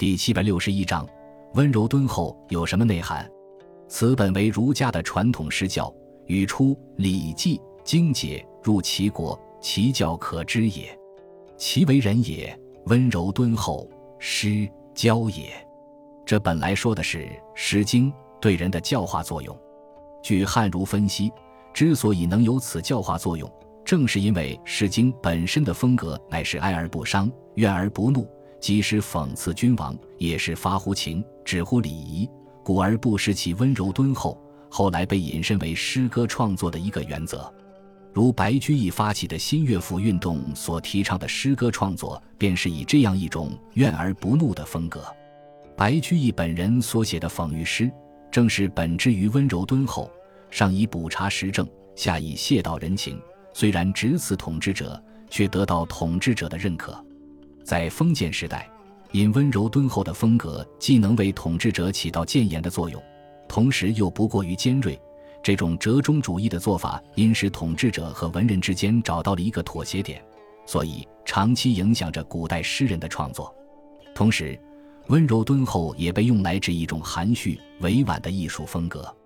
第761章，温柔敦厚有什么内涵？此本为儒家的传统诗教，语出《礼记》经解，入其国，其教可知也。其为人也，温柔敦厚，诗教也。这本来说的是《诗经》对人的教化作用。据汉儒分析，之所以能有此教化作用，正是因为《诗经》本身的风格乃是哀而不伤，怨而不怒，即使讽刺君王，也是发乎情，止乎礼仪，故而不失其温柔敦厚，后来被引申为诗歌创作的一个原则。如白居易发起的新乐府运动所提倡的诗歌创作，便是以这样一种怨而不怒的风格。白居易本人所写的讽喻诗，正是本之于温柔敦厚，上以补察时政，下以谢道人情，虽然直刺统治者，却得到统治者的认可。在封建时代，因温柔敦厚的风格既能为统治者起到谏言的作用，同时又不过于尖锐，这种折中主义的做法因使统治者和文人之间找到了一个妥协点，所以长期影响着古代诗人的创作。同时，温柔敦厚也被用来指一种含蓄委婉的艺术风格。